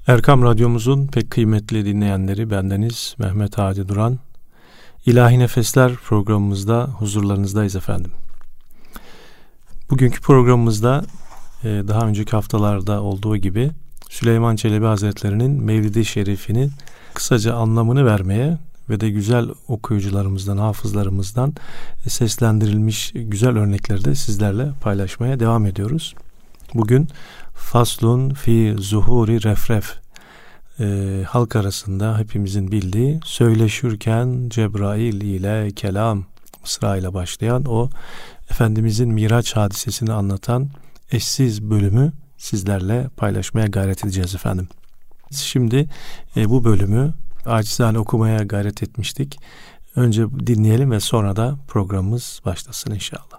Erkam Radyomuzun pek kıymetli dinleyenleri, bendeniz Mehmet Hadi Duran. İlahi Nefesler programımızda huzurlarınızdayız efendim. Bugünkü programımızda daha önceki haftalarda olduğu gibi Süleyman Çelebi Hazretleri'nin Mevlid-i Şerif'ini kısaca anlamını vermeye ve de güzel okuyucularımızdan, hafızlarımızdan seslendirilmiş güzel örnekleri de sizlerle paylaşmaya devam ediyoruz. Bugün Faslun fi zuhuri refref, halk arasında hepimizin bildiği söyleşürken Cebrail ile kelam mısra ile başlayan o Efendimizin Miraç hadisesini anlatan eşsiz bölümü sizlerle paylaşmaya gayret edeceğiz efendim. Şimdi bu bölümü acizane okumaya gayret etmiştik. Önce dinleyelim ve sonra da programımız başlasın inşallah.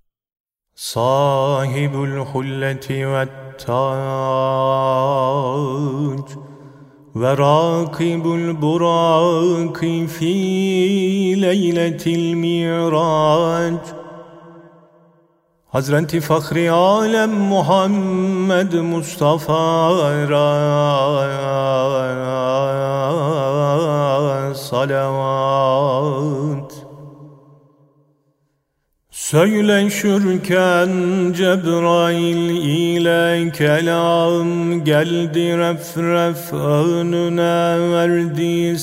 Sahibul hulleti ve tac ve rakibul buraki fi leyletil mirac. Hazreti Fahri Alem Muhammed Mustafa salavat. Söyleşürken Cebrail ile kelam geldi, refref önüne verdi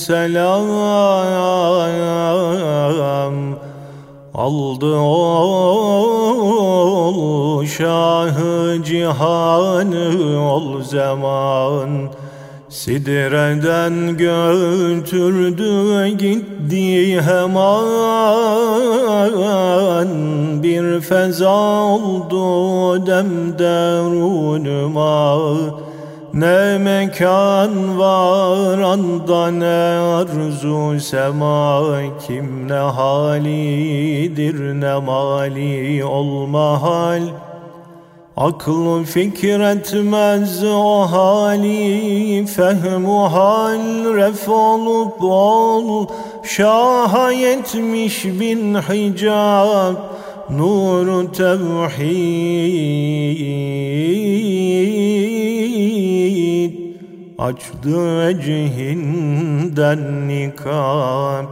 selam. Aldı ol şahı cihanı ol zaman, Sidre'den götürdü gitti hemen, bir feza oldu demderunuma. Ne mekan var anda ne arzu sema, kim ne halidir ne mali olmahal. Aklı fikir etmez o hali, fehmu hal ref olup ol. Şaha 70.000 hicab, nur tevhid açtı vecihinden nikab.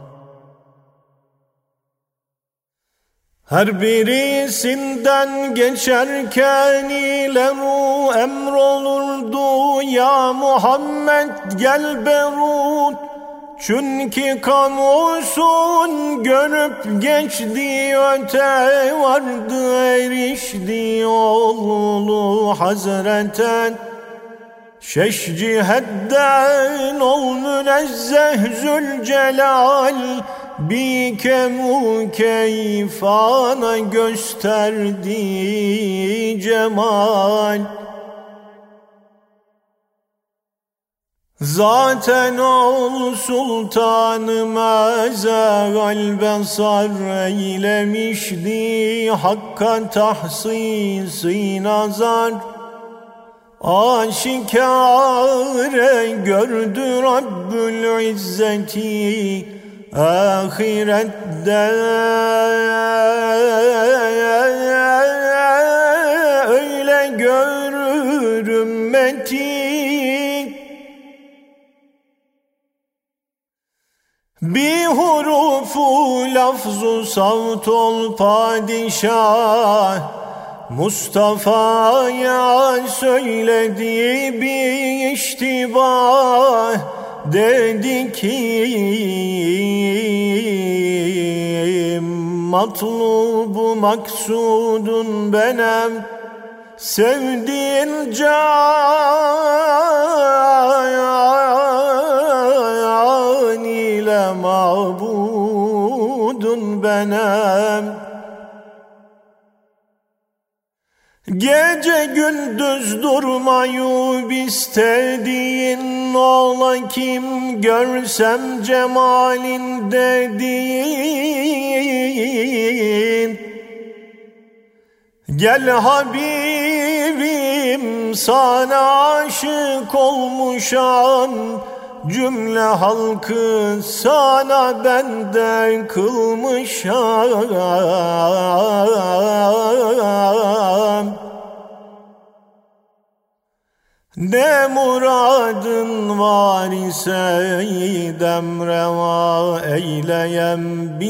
Her birisinden geçerken ileru emrolurdu, ya Muhammed gel berut. Çünkü kamusun görüp geçti, öte vardı erişti oğlu hazreten. Şeş cihetten ol münezzeh Zülcelal, bike mukeyfana gösterdi cemal. Zaten ol sultanı mezegal besar eylemişti, hakka tahsisi nazar. Aşikare gördü Rabbül İzzeti ahirette, öyle görür ümmeti. Bir hurufu lafzu savt ol padişah, Mustafa'ya söyledi bir iştibah. Dedi ki matlubu maksudun benem, sevdiğin can ile mabudun benem. Gece gündüz durmayıp istediğin ola kim, görsem cemalin dediğin. Gel Habibim sana aşık olmuşam, cümle halkı sana benden kılmışam. Ne muradın var ise demreva eyleyem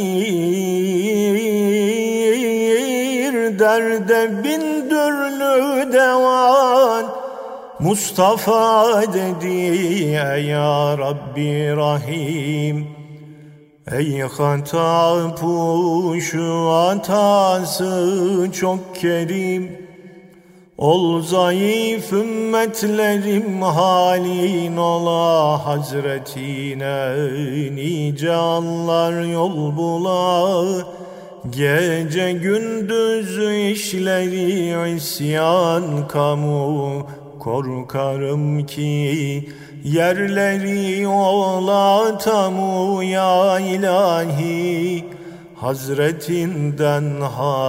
bir derde bin türlü devan. Mustafa dedi ya Rabbi Rahim, ey hata puşu hatası çok kerim. Ol zayıf ümmetlerim halin ola hazretine, nice anlar yol bula. Gece gündüz işleri isyan kamu, korkarım ki yerleri ola tamu. Ya ilahi Hazretinden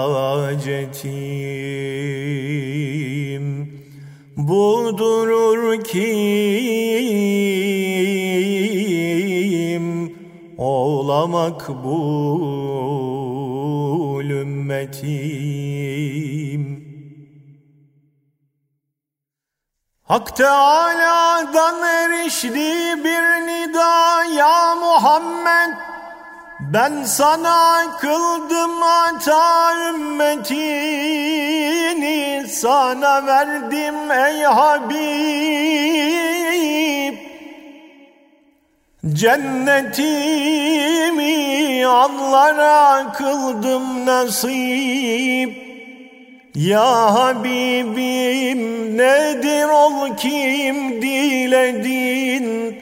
hacetim budurur kim ola makbul ümmetim. Hak Teâlâ'dan erişti bir nida, ya Muhammed ben sana kıldım ata ümmetini, sana verdim ey Habib. Cennetimi anlara kıldım nasip. Ya Habibim nedir ol kim diledin?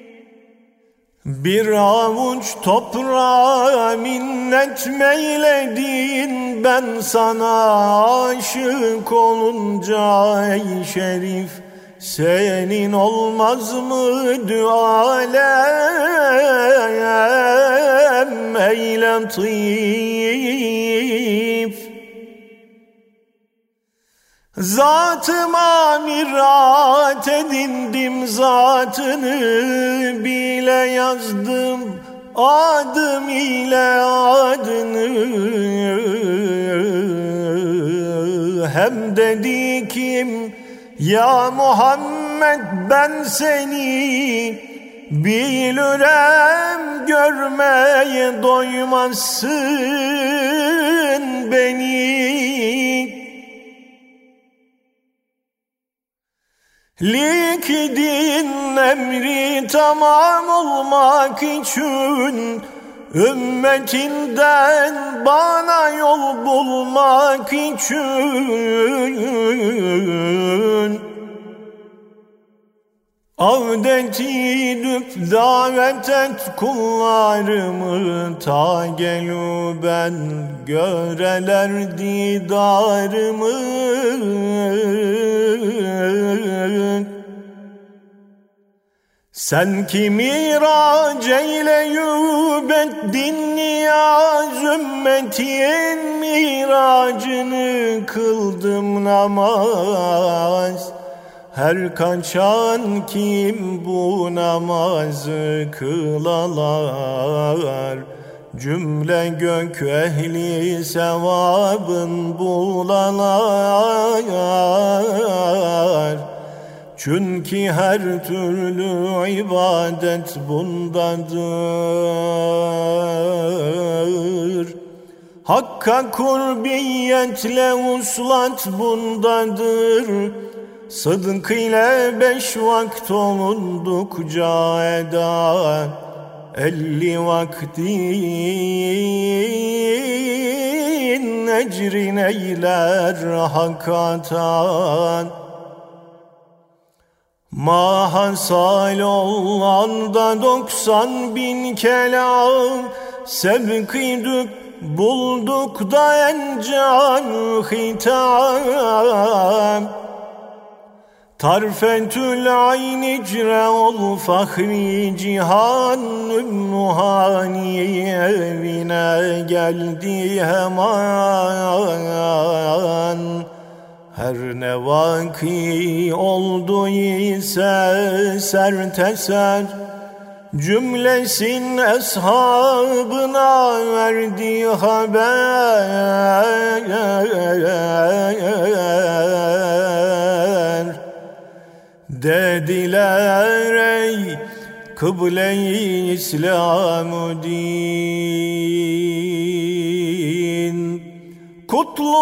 Bir avuç toprağa minnet meyledin. Ben sana aşık olunca ey şerif, senin olmaz mı dualem ey latif. Zatıma mirat edindim, zatını bile yazdım, adım ile adını. Hem dedi kim ya Muhammed ben seni bilürem, görmeye doymazsın beni. Likidin emri tamam olmak için, ümmetinden bana yol bulmak için. Avdetidüp davet et kullarımı, ta gelü ben göreler didarımı. Sen ki mirac eyleyüp ettin niyaz, ümmetin miracını kıldım namaz. Her kaçan kim bu namazı kılalar, cümle gök ehli sevabın bulalar. Çünkü her türlü ibadet bundadır. Hakka kurbiyetle uslat bundadır. Sıdk ile 5 vakt olundukça eda, 50 vaktin ecrin eyler hakatan. Mahasal olanda 90.000 kelam, sevkidük bulduk da encan hitam. Tarfetül ayn icre ol fahri cihan, Ümmühani evine geldi hemen. Her ne vaki oldu ise serteser, cümlesin eshabına verdi haber. dediler ey kıble-i İslam-ı din. Kutlu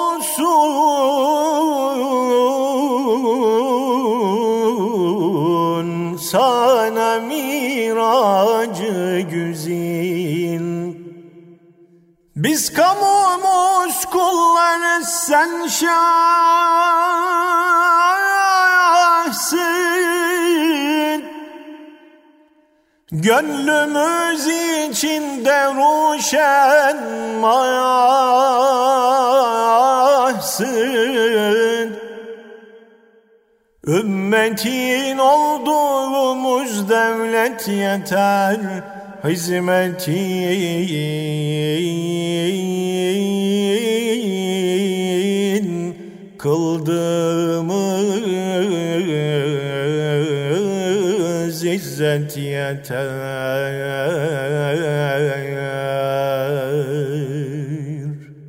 olsun sana miracı güzin. Biz kamumuz kullarız, sen şahsın. Gönlümüz içinde ruşen mayasın. Ümmetin olduğumuz devlet yeter, hizmetin kıldığımız izzet yeter.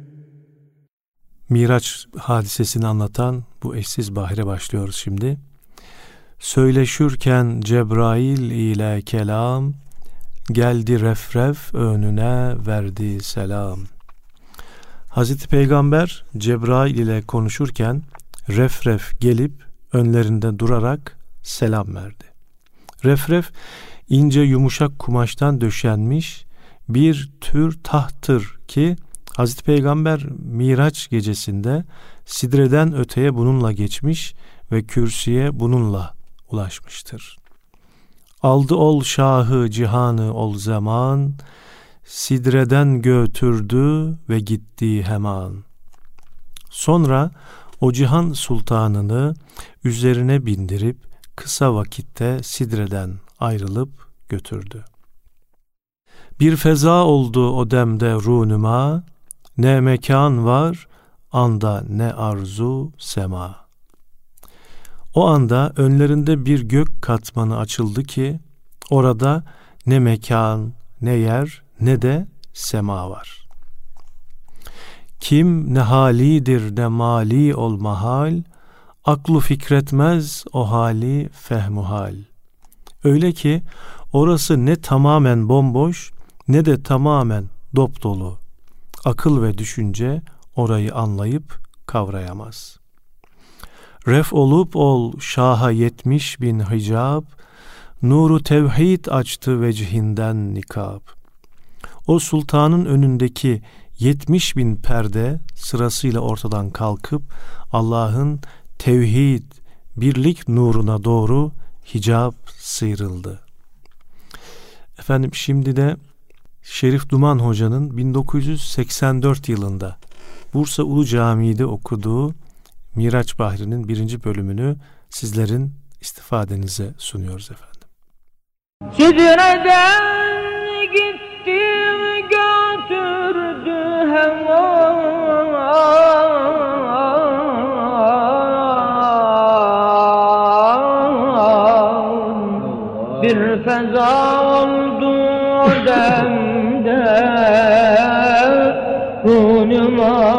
Miraç hadisesini anlatan bu eşsiz bahire başlıyoruz şimdi. Söyleşürken Cebrail ile kelam, geldi refref önüne verdi selam. Hazreti Peygamber Cebrail ile konuşurken refref gelip önlerinde durarak selam verdi. Refref ince yumuşak kumaştan döşenmiş bir tür tahttır ki Hazreti Peygamber Miraç gecesinde Sidre'den öteye bununla geçmiş ve kürsüye bununla ulaşmıştır. Aldı ol şahı cihanı ol zaman, Sidre'den götürdü ve gitti hemen. Sonra o cihan sultanını üzerine bindirip kısa vakitte Sidre'den ayrılıp götürdü. Bir feza oldu o demde runuma, ne mekan var, anda ne arzu sema. O anda önlerinde bir gök katmanı açıldı ki, orada ne mekan, ne yer, ne de sema var. Kim ne halidir ne mali ol mahal, aklı fikretmez o hali fehmuhal. Öyle ki orası ne tamamen bomboş, ne de tamamen dopdolu. Akıl ve düşünce orayı anlayıp kavrayamaz. Ref olup ol şaha 70.000 hicab, nuru tevhid açtı vecihinden nikab. O sultanın önündeki 70.000 perde sırasıyla ortadan kalkıp Allah'ın tevhid, birlik nuruna doğru hicab sıyrıldı. Efendim şimdi de Şerif Duman Hoca'nın 1984 yılında Bursa Ulu Camii'de okuduğu Miraç Bahri'nin 1. bölümünü sizlerin istifadenize sunuyoruz efendim. Sidre'den gitti götürdü hemen, bir feza oldu o demde runuma.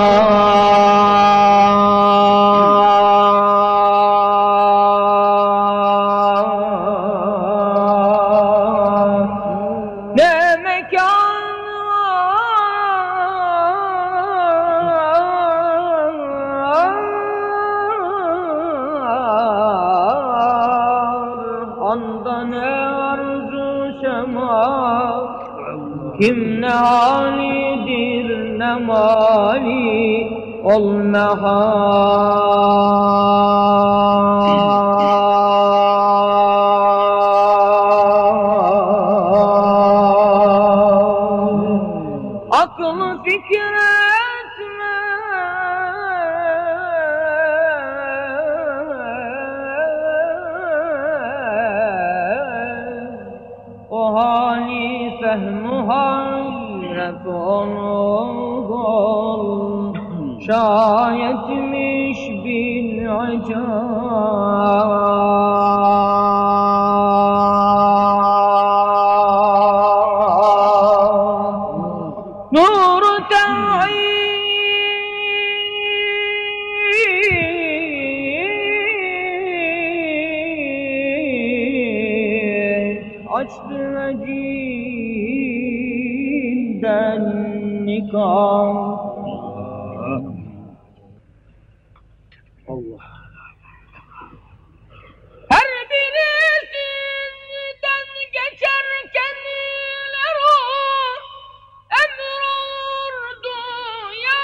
Kim ne halidir ne mali ol mehal. Aklı fikretmez o hali fehmuhal. Ref onu gol şayetmiş bin acayip. Nur-u tevhid açtı vecinden nikah. Her birisinden geçerken iler o emr olurdu ya.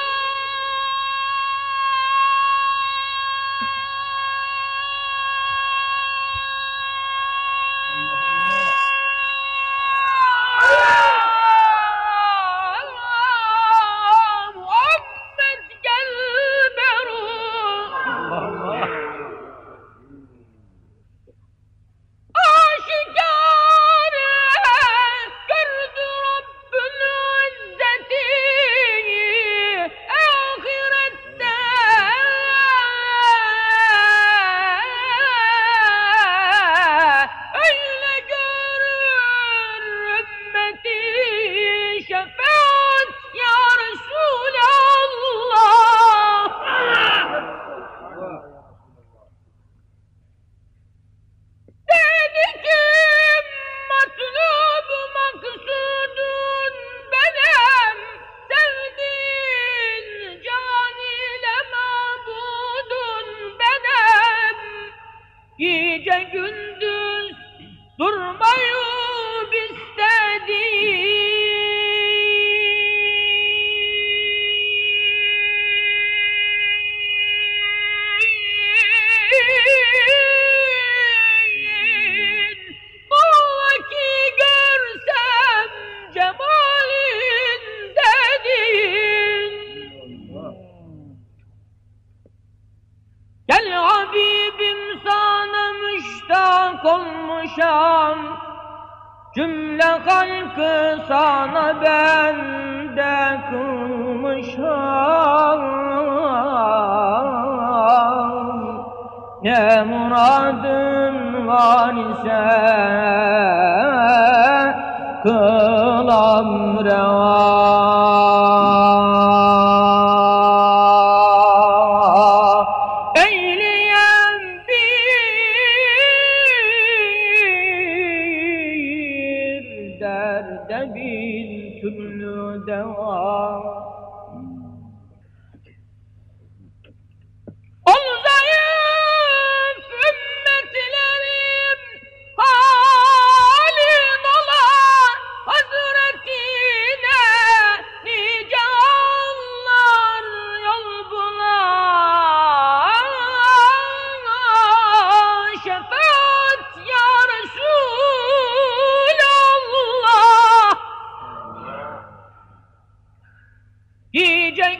Muhammed gel beru. Aşikâre gördü Rabbül İzzeti ahirette. Öyle görür ümmeti şefaat ya Resulallah. Dedi ki matlub maksudun benim, sevdiğin can ile mabudun benim. Gece gündüz durmayıp istediğin Mullaki görsem cemalin dediğin. Gel Habibim sana müştak olmuşam, cümle halkı sana bende kılmışam. Ne muradın var ise kılam reva. Eyleyem bir derde bir türlü deva. Ol zayıf ümmetlerim halin ola hazretine, nice anlar yol bular. Şefaat ya Resulallah. Gece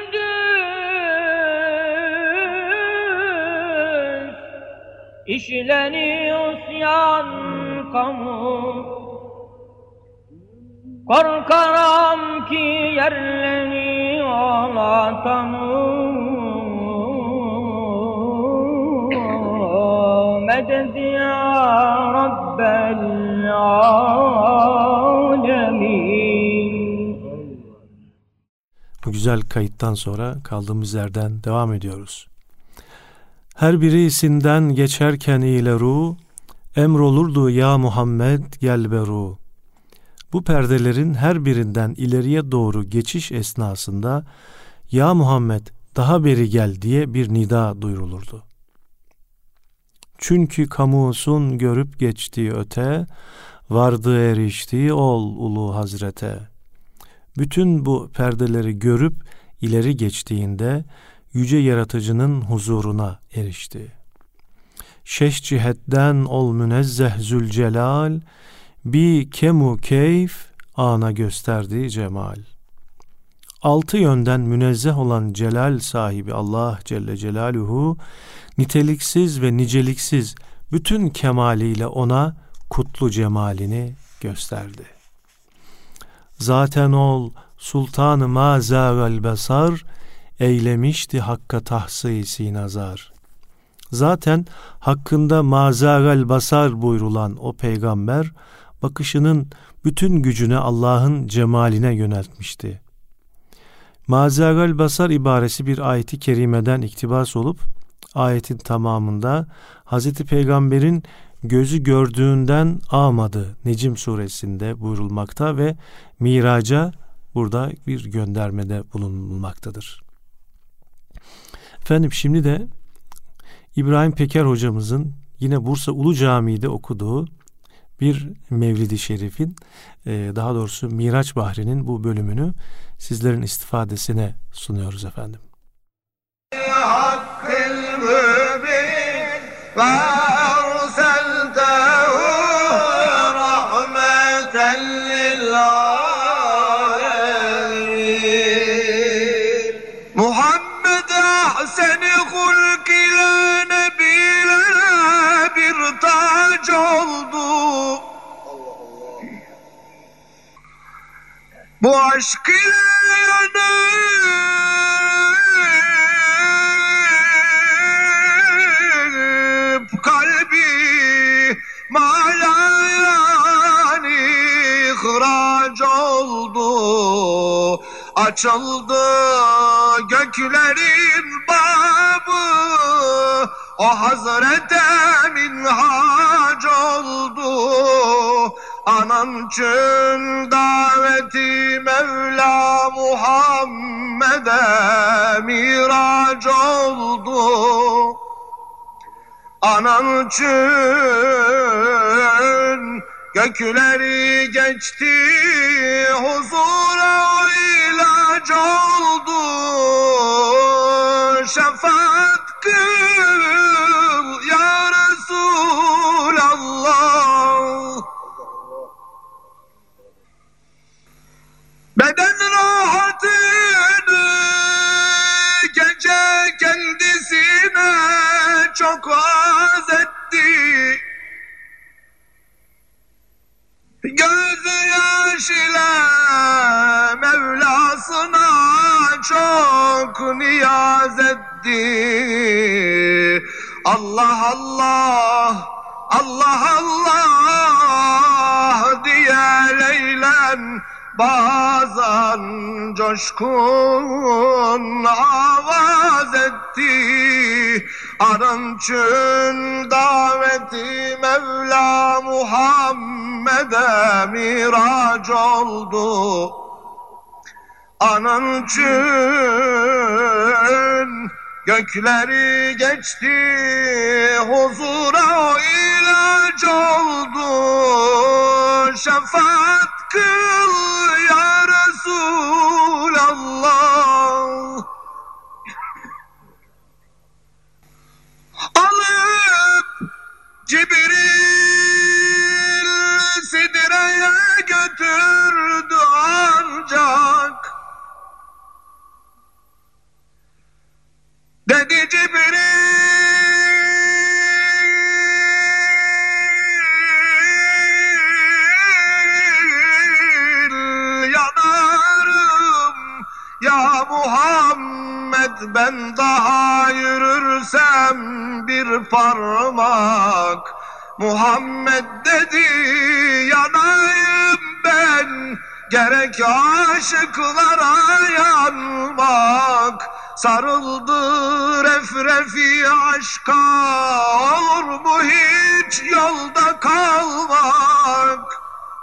gündüz işleniyor isyan kamu. Korkarım ki yerleni ağlatamı. Medet ya Rabbel alemin. Bu güzel kayıttan sonra kaldığımız yerden devam ediyoruz. Her birisinden geçerken ileru, emrolurdu ya Muhammed gel beru. Bu perdelerin her birinden ileriye doğru geçiş esnasında ya Muhammed daha beri gel diye bir nida duyurulurdu. Çünkü kamusun görüp geçtiği öte, vardı eriştiği ol ulu hazrete. Bütün bu perdeleri görüp ileri geçtiğinde yüce yaratıcının huzuruna erişti. Şeş cihetten ol münezzeh zülcelal, bi kemu keyf ana gösterdiği cemal. Altı yönden münezzeh olan celal sahibi Allah Celle Celaluhu, niteliksiz ve niceliksiz bütün kemaliyle ona kutlu cemalini gösterdi. Zaten ol sultan-ı mazâvel besar, eylemişti hakka tahsisi nazar. Zaten hakkında mazâvel basar buyrulan o peygamber, bakışının bütün gücünü Allah'ın cemaline yöneltmişti. Mazâvel basar ibaresi bir ayeti kerimeden iktibas olup, ayetin tamamında Hazreti Peygamber'in gözü gördüğünden ağmadı Necm suresinde buyurulmakta ve miraca burada bir göndermede bulunulmaktadır. Efendim şimdi de İbrahim Peker hocamızın yine Bursa Ulu Camii'de okuduğu bir Mevlid-i Şerif'in, daha doğrusu Miraç Bahri'nin bu bölümünü sizlerin istifadesine sunuyoruz efendim. Muhammed ahseni hulk ile nebilere bir tac oldu. Bu aşk ile yanıp kalbi malan ihraç oldu. Açıldı göklerin babı, o Hazrete minhac oldu. Anan için daveti Mevla Muhammed'e mirac oldu. Anan için gökleri geçti, huzura ilaç oldu. Şefaat kıl ya Resulallah. Beden rahatını gece kendisine çok az etti. Gözyaş ile Mevlasına çok niyaz etti. Allah Allah, Allah Allah diye Leylen bazen coşkun avaz etti. Aram için daveti Mevla Muhammed'e mirac oldu. Anan için gökleri geçti, huzura o ilaç oldu. Şefaat kıl ya Resulallah. Alıp Cibril Sidre'ye götürdü ancak. Dedi Cibril yanarım ya Muhammed, ben daha yürürsem bir parmak. Muhammed dedi yanayım ben, gerek aşıklara yanmak. Sarıldı refrefi aşka, olur mu hiç yolda kalmak?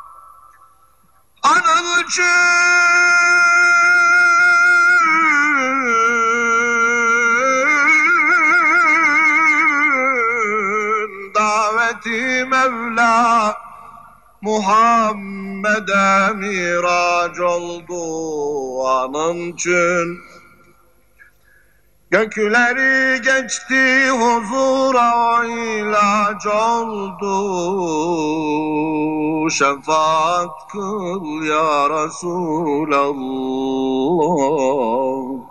Anıl için daveti Mevla Muhammed'e mirac oldu. Anın için gökleri geçti, huzura ilaç oldu. Şefaat kıl ya Resulallah.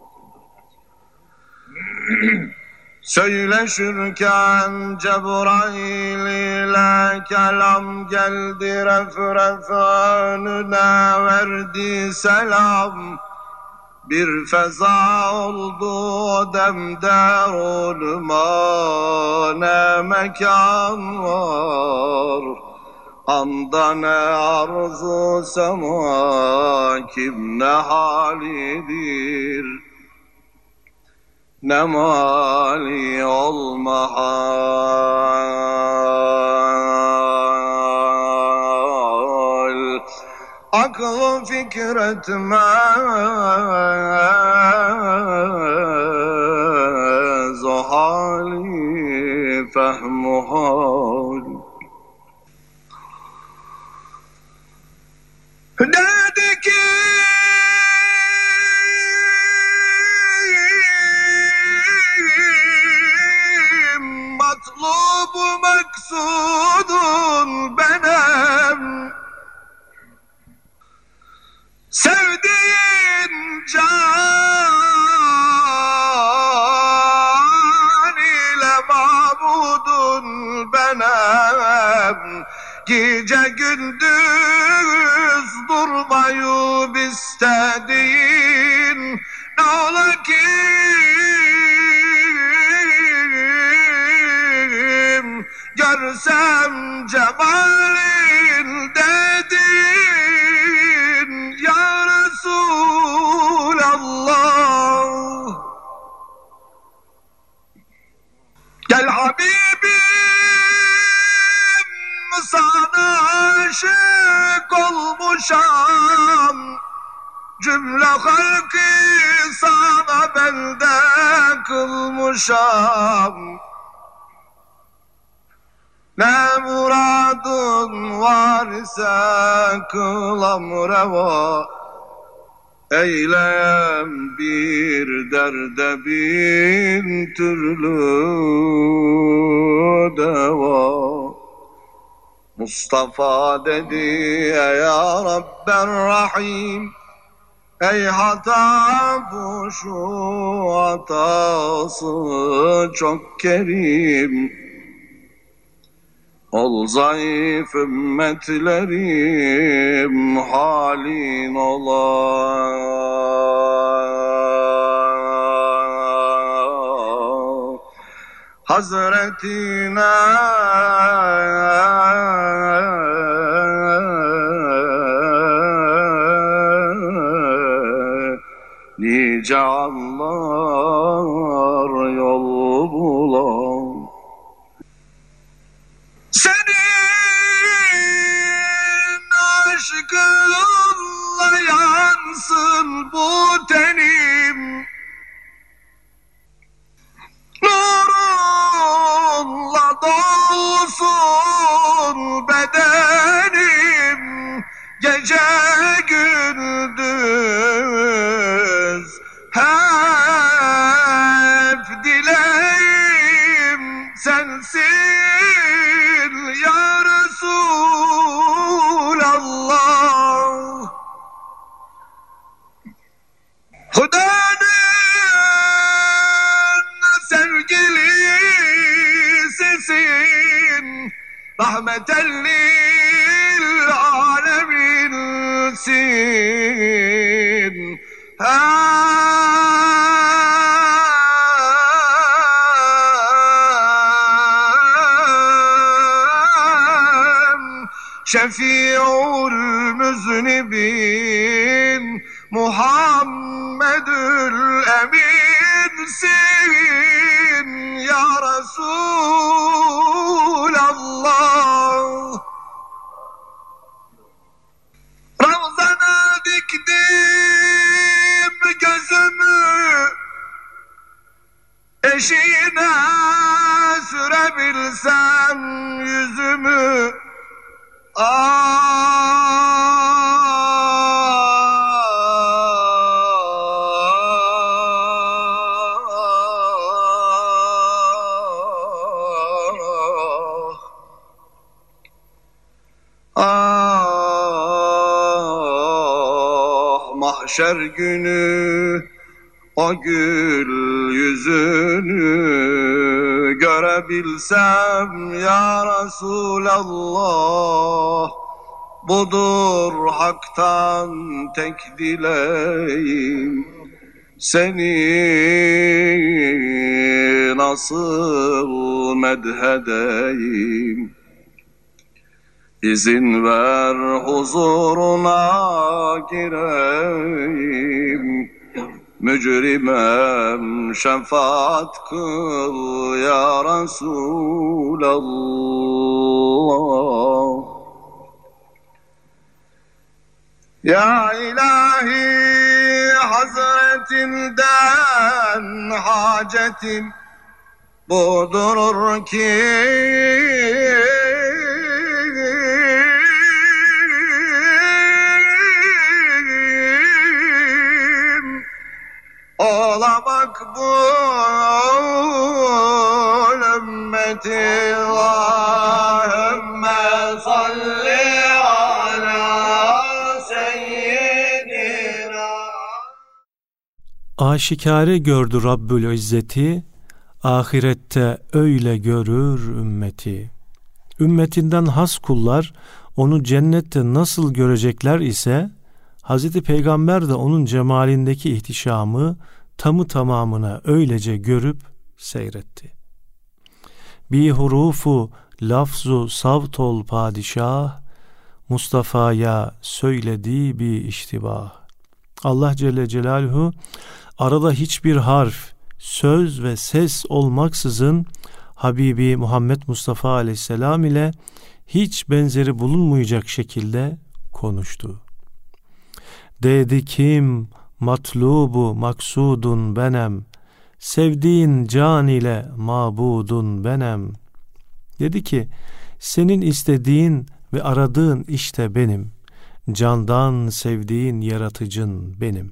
Söyleşirken Cebrail ile kelam geldi, refref önüne verdi selam. Bir feza oldu o demde, uluma ne mekan var. Anda ne arzu sema, kim ne halidir, ne mali olma hal. aklı fikir etmez, o hali fehmu hal. Dedi ki matlubu maksudun benim, sevdiğin can ile mabudun benim. Gece gündüz durmayıp istediğin ne ola ki görsem cemalin dedin ya Resulallah. Gel Habibim, sana aşık olmuşam, cümle halkı sana bende kılmışam. Ne muradın var ise kılam reva, eyleyem bir derde bin türlü deva. Mustafa dedi ya Rabben Rahim, ey hata bu şu hatası çok kerim. Ol zayıf ümmetlerim halin ola. Hazretine nice anlar yol bulan. Senin aşkınla yansın bu tenim, nurunla dolsun bedenim. Gece gündüz hep dileğim sensin ya Resulallah. Huda'nın sevgilisisin, rahmeten lil aleminsin. Şefi'ul müznibin Muhammedül Eminsin ya Resulallah. Ravzana diktim gözümü, eşiğine sürebilsem yüzümü. Mahşer günü o gül yüzünü görebilsem ya Resulallah. Budur haktan tek dileğim, seni nasıl medhedeyim. İzin ver huzuruna gireyim, mücrimem şefaat kıl ya Resulallah. Ya ilahi hazretinden hacetim budurur ki ola makbul ümmeti Allahümme salli ala seyyidina. Aşikare gördü Rabbül İzzeti, ahirette öyle görür ümmeti. Ümmetinden has kullar onu cennette nasıl görecekler ise, Hazreti Peygamber de onun cemalindeki ihtişamı tamı tamamına öylece görüp seyretti. Bi hurufu lafzu savt ol padişah, Mustafa'ya söyledi bi iştibah. Allah Celle Celaluhu arada hiçbir harf, söz ve ses olmaksızın Habibi Muhammed Mustafa Aleyhisselam ile hiç benzeri bulunmayacak şekilde konuştu. Dedi kim matlubu maksudun benem, sevdiğin can ile mabudun benem. Dedi ki senin istediğin ve aradığın işte benim, candan sevdiğin yaratıcın benim.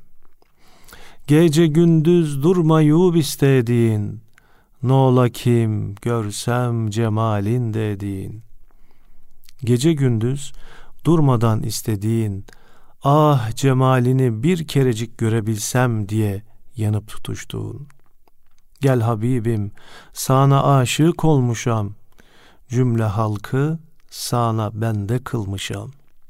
Gece gündüz durmayıp istediğin, nola kim görsem cemalin dediğin. Gece gündüz durmadan istediğin, ah cemalini bir kerecik görebilsem diye yanıp tutuştuğun. Gel Habibim sana aşık olmuşam, cümle halkı sana bende kılmışam.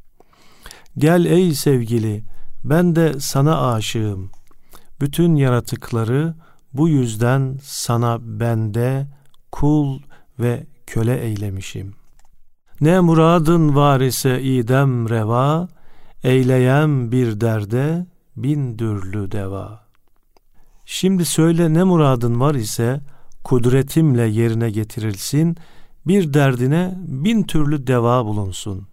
Gel ey sevgili ben de sana aşığım, bütün yaratıkları bu yüzden sana bende kul ve köle eylemişim. Ne muradın var ise idem reva, eyleyem bir derde bin türlü deva. Şimdi söyle ne muradın var ise kudretimle yerine getirilsin, bir derdine bin türlü deva bulunsun.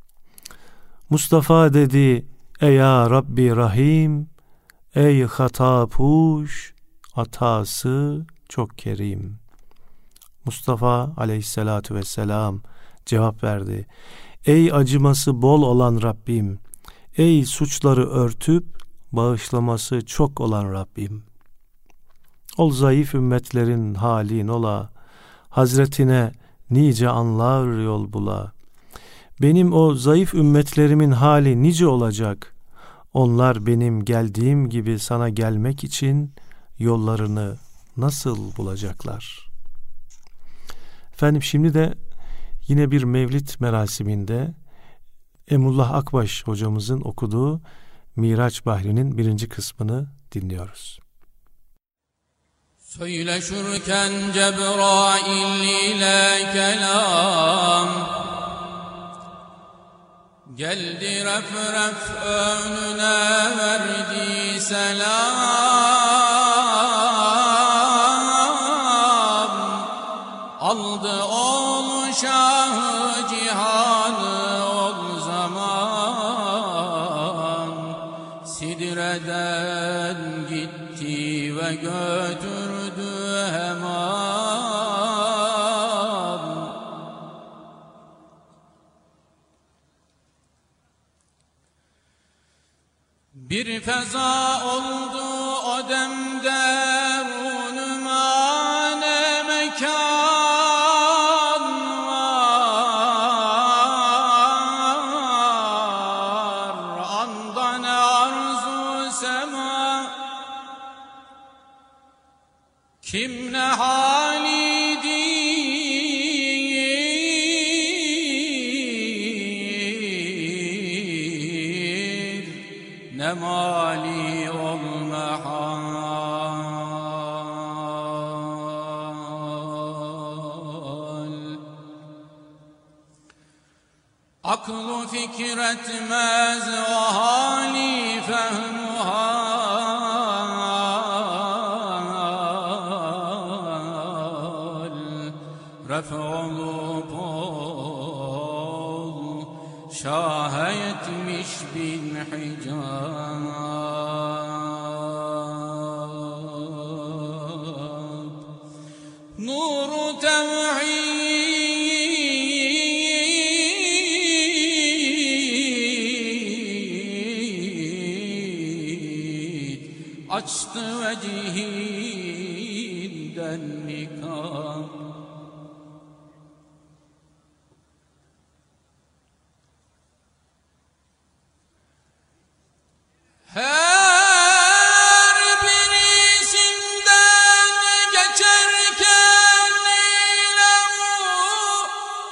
Mustafa dedi ey ya Rabbi Rahim, ey hata puş, atası çok kerim. Mustafa aleyhissalatu vesselam cevap verdi. Ey acıması bol olan Rabbim, ey suçları örtüp bağışlaması çok olan Rabbim. Ol zayıf ümmetlerin halin ola, Hazretine nice anlar yol bula. Benim o zayıf ümmetlerimin hali nice olacak. Onlar benim geldiğim gibi sana gelmek için yollarını nasıl bulacaklar? Efendim şimdi de yine bir mevlid merasiminde Emullah Akbaş hocamızın okuduğu Miraç Bahri'nin 1. kısmını dinliyoruz. Söyleşürken Cebrail ile kelam, geldi ref ref önüne verdi selam. Aldı ol şah cihanı ol zaman, Sidre'den gitti ve götürdü hemen. Bir feza oldu o demde runuma ne mekan var, anda ne arzu sema, kim ne halidir, ne mali olmahal. Aklı fikir etmez o hali fehmu hal. Ref olup ol şaha 70.000 hicab. Nuru tevhid açtı vecihinden nikah. Her birisinden geçerken ilahu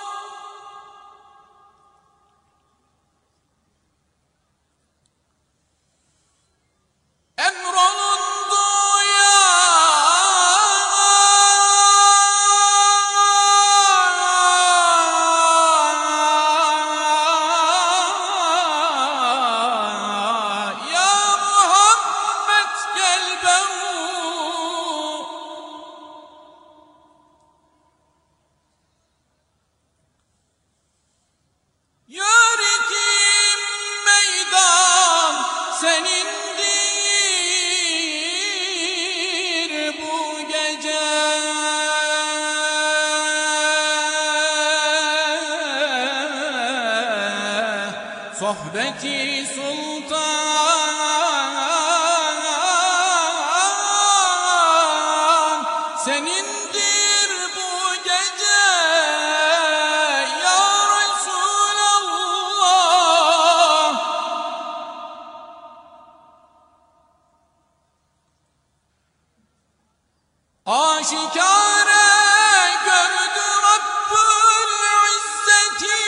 emrolundu ya Muhammed gel behu yöretim meydan senindir bu gece. Sohbeti sultan senindir bu gece ya Resulallah. Aşikare gördü Rabbül İzzeti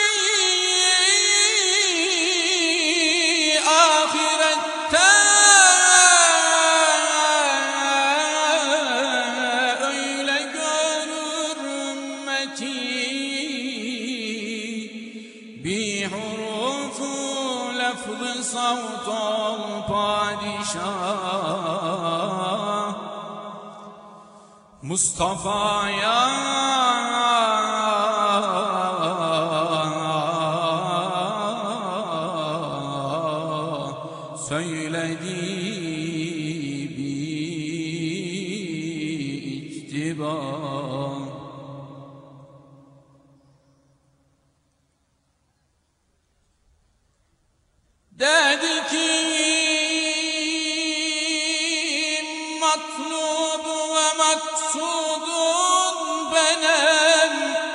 ahirette öyle görür ümmeti bi hurufu lafzı savtal padişah Mustafa'ya söyledi bir ittiba. Dedi ki matlub ve maksudun benim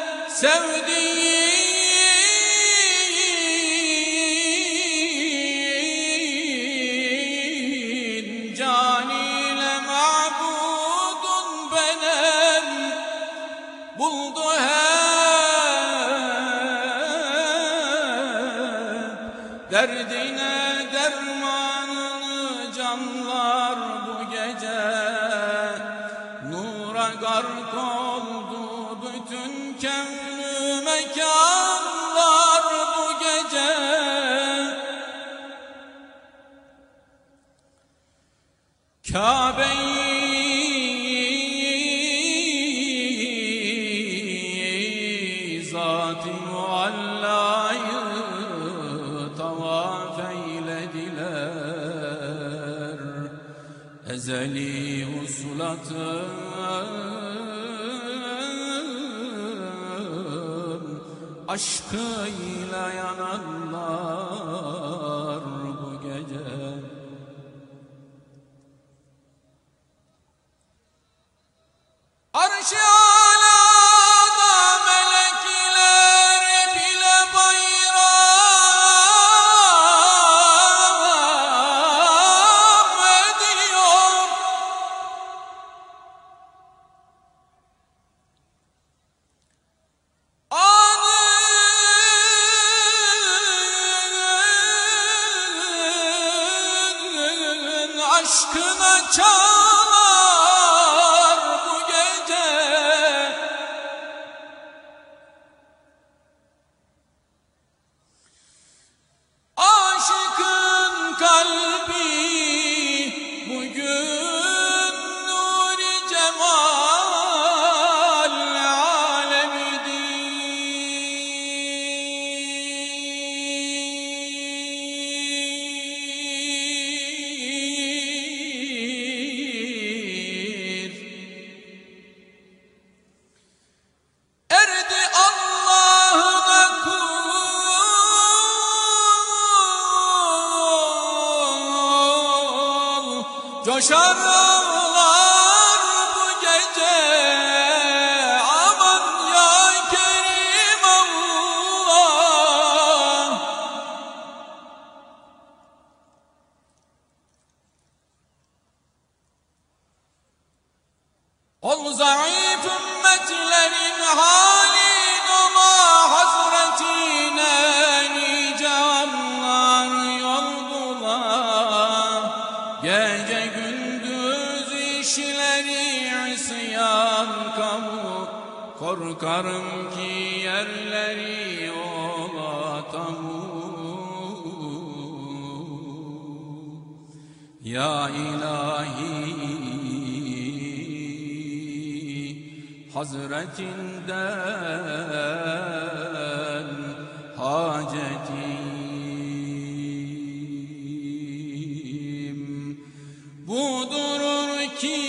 sevdiğin can ile ma'budun benim buldu hep derdine dermanını canlar bu gece. Nura gark oldu bütün kevn-ü mekanlar bu gece. Kabe-i Zat-ı Muallayı tavaf eylediler. Ezeli usulatın aşkıyla yanarlar bu gece. Arş-ı alada melekler bile bayram ediyor. Anı Coşar ağlar bu gece, aman ya Kerim Allah. Ol zayıf ümmetlerin halin ola, hazretine nice anlar yol bula. Gece gündüz işleri isyan kamu, korkarım ki yerleri ola tamu. Ya ilahi, Hazretinden hacetim budur ki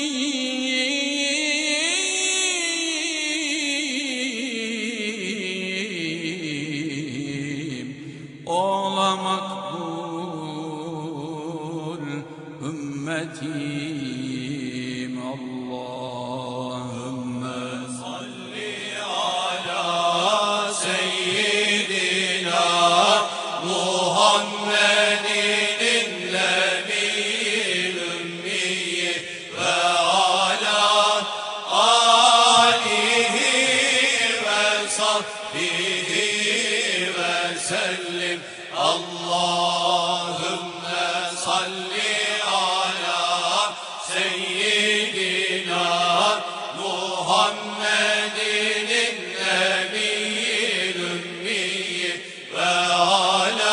ola makbul ümmetim. Allahümme salli ala seyyidina Muhammedin nebiyil ümmiyi ve ala alihi ve sahbihi ve sellim. Allahümme salli ala seyyidina Muhammedin nebiyil ümmiyi ve ala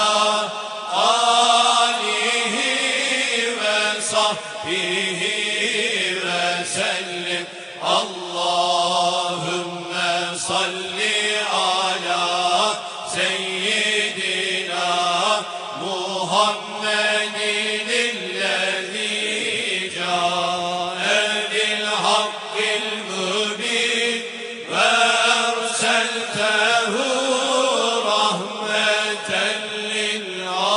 alihi ve sahbihi ve sellim. Allahümme salli ala seyyidina Muhammedin ellezî câe bil hakkil mübin ve erseltehu rahmeten lil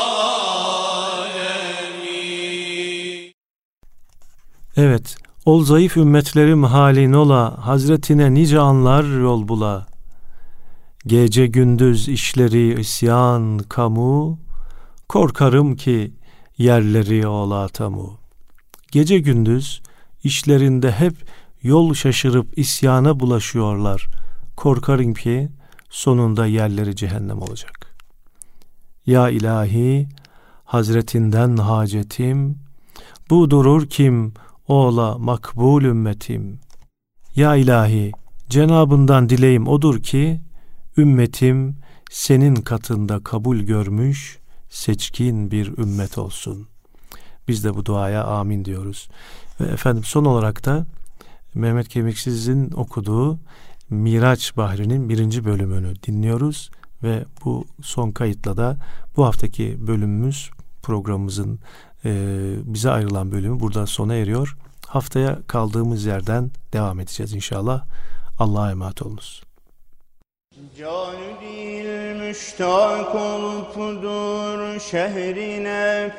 âlemin. Evet, ol zayıf ümmetlerim halin ola, Hazretine nice anlar yol bula. Gece gündüz işleri isyan kamu, korkarım ki yerleri ola tamu. Gece gündüz işlerinde hep yol şaşırıp isyana bulaşıyorlar. Korkarım ki sonunda yerleri cehennem olacak. Ya ilahi, Hazretinden hacetim, bu durur kim ola makbul ümmetim. Ya ilahi, Cenabından dileğim odur ki ümmetim senin katında kabul görmüş seçkin bir ümmet olsun. Biz de bu duaya amin diyoruz. Ve efendim son olarak da Mehmet Kemiksiz'in okuduğu Miraç Bahri'nin 1. bölümünü dinliyoruz ve bu son kayıtla da bu haftaki bölümümüz, programımızın bize ayrılan bölümü burada sona eriyor. Haftaya kaldığımız yerden devam edeceğiz inşallah. Allah'a emanet olunuz. Canı dil müştak olupdur şehrine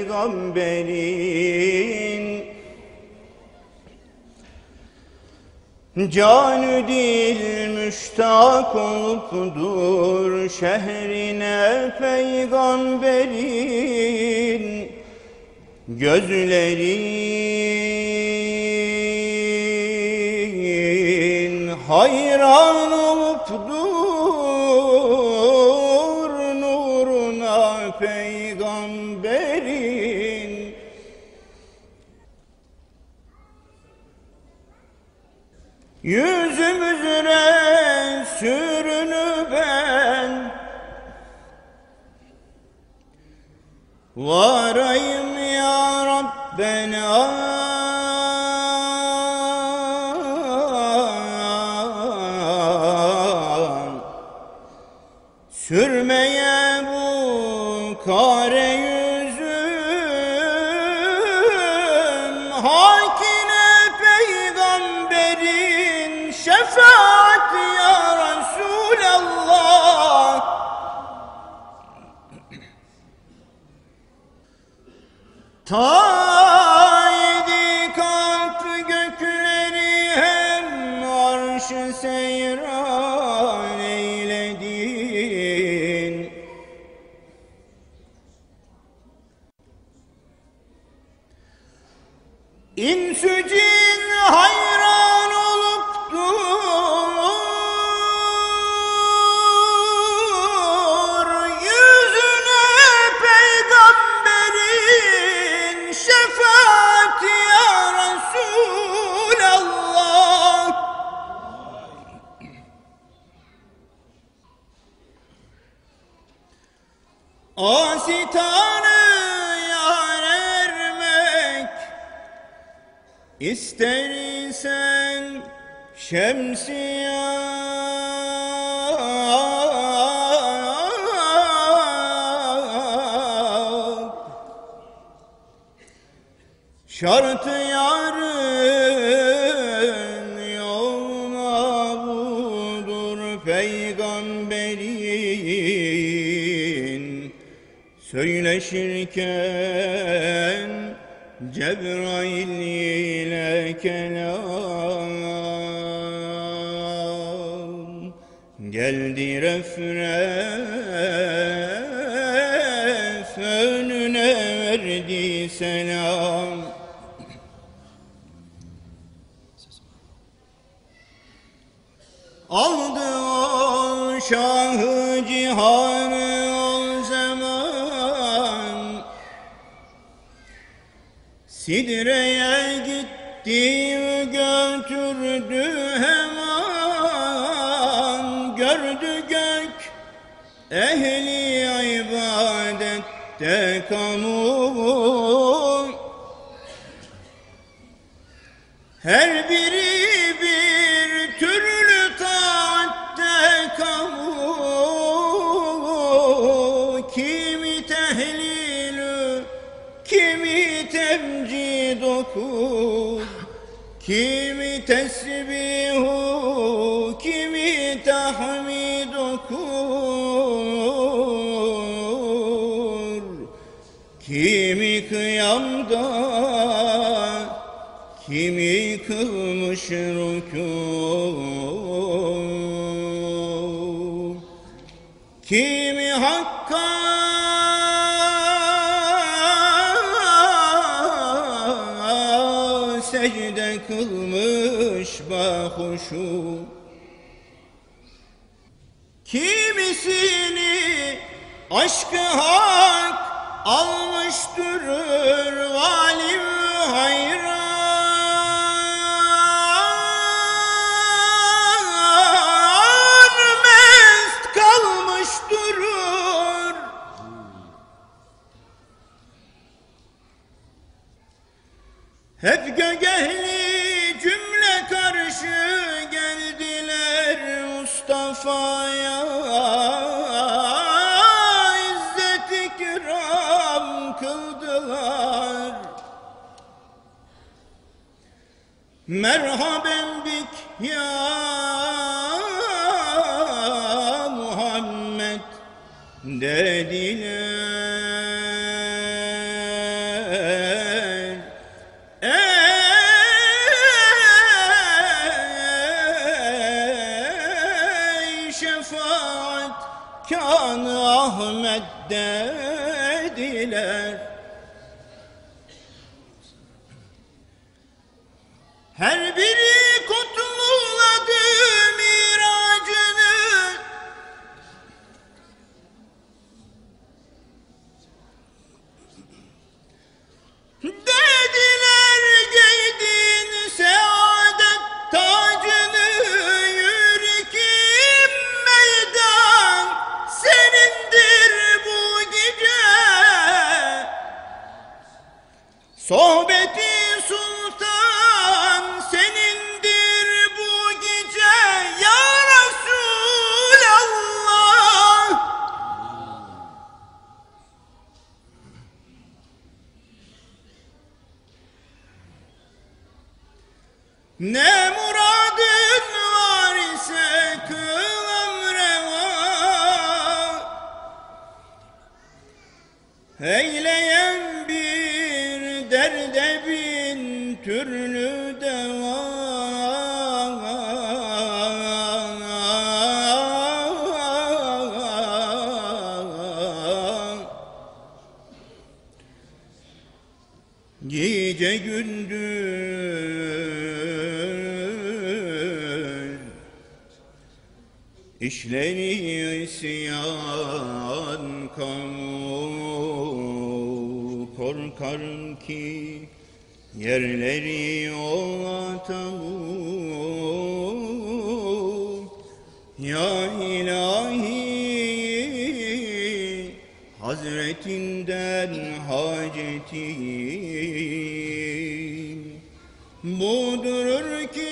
peygamberin. Canı dil müştak olupdur şehrine peygamberin. Gözlerin hayran olupdur nuruna peygamberin. Yüzümüzüne sürünü ben varayım ya Rabbena. Sürmeye bu kare yüzüm hakine peygamberin şefaat ya Resulallah. Ta Asitanı yar ermek İstersen şemsiye şartı yarın yoluna budur peygamberin söyleşirken Cebrail ile kelam geldi refref önüne verdi selam. Aldı o şahı cihanı o zaman Sidre'ye gitti götürdü hemen gördü gök ehli ibadette kamu her biri bir türlü taatte kamu kimi tehlilü kimi temcid okur kimi tesbihu kimi tahmid okur kimi kıyamda kimi kılmış rükû kimi hakka secde kılmış bahuşu kimisini aşkı hak almıştır valim hayran mest kalmış durur hep gök ehli cümle karşı geldiler Mustafa'ya izzet ikram kıldılar merhaben bik ya Muhammed dediler. Ey şefaat kânı Ahmet dediler. Her biri kutladı miracını dediler giydin saadet tacını yürü kim meydan senindir bu gece sohbeti sultan senindir bu gece ya Resulallah. Ne muradın var ise kıl emreva eyleyen bir derde bin türlü deva gece gündüz işleri isyan kamu korkarım ki yerleri olatamam ya ilahi Hazretinden hacetim budurur ki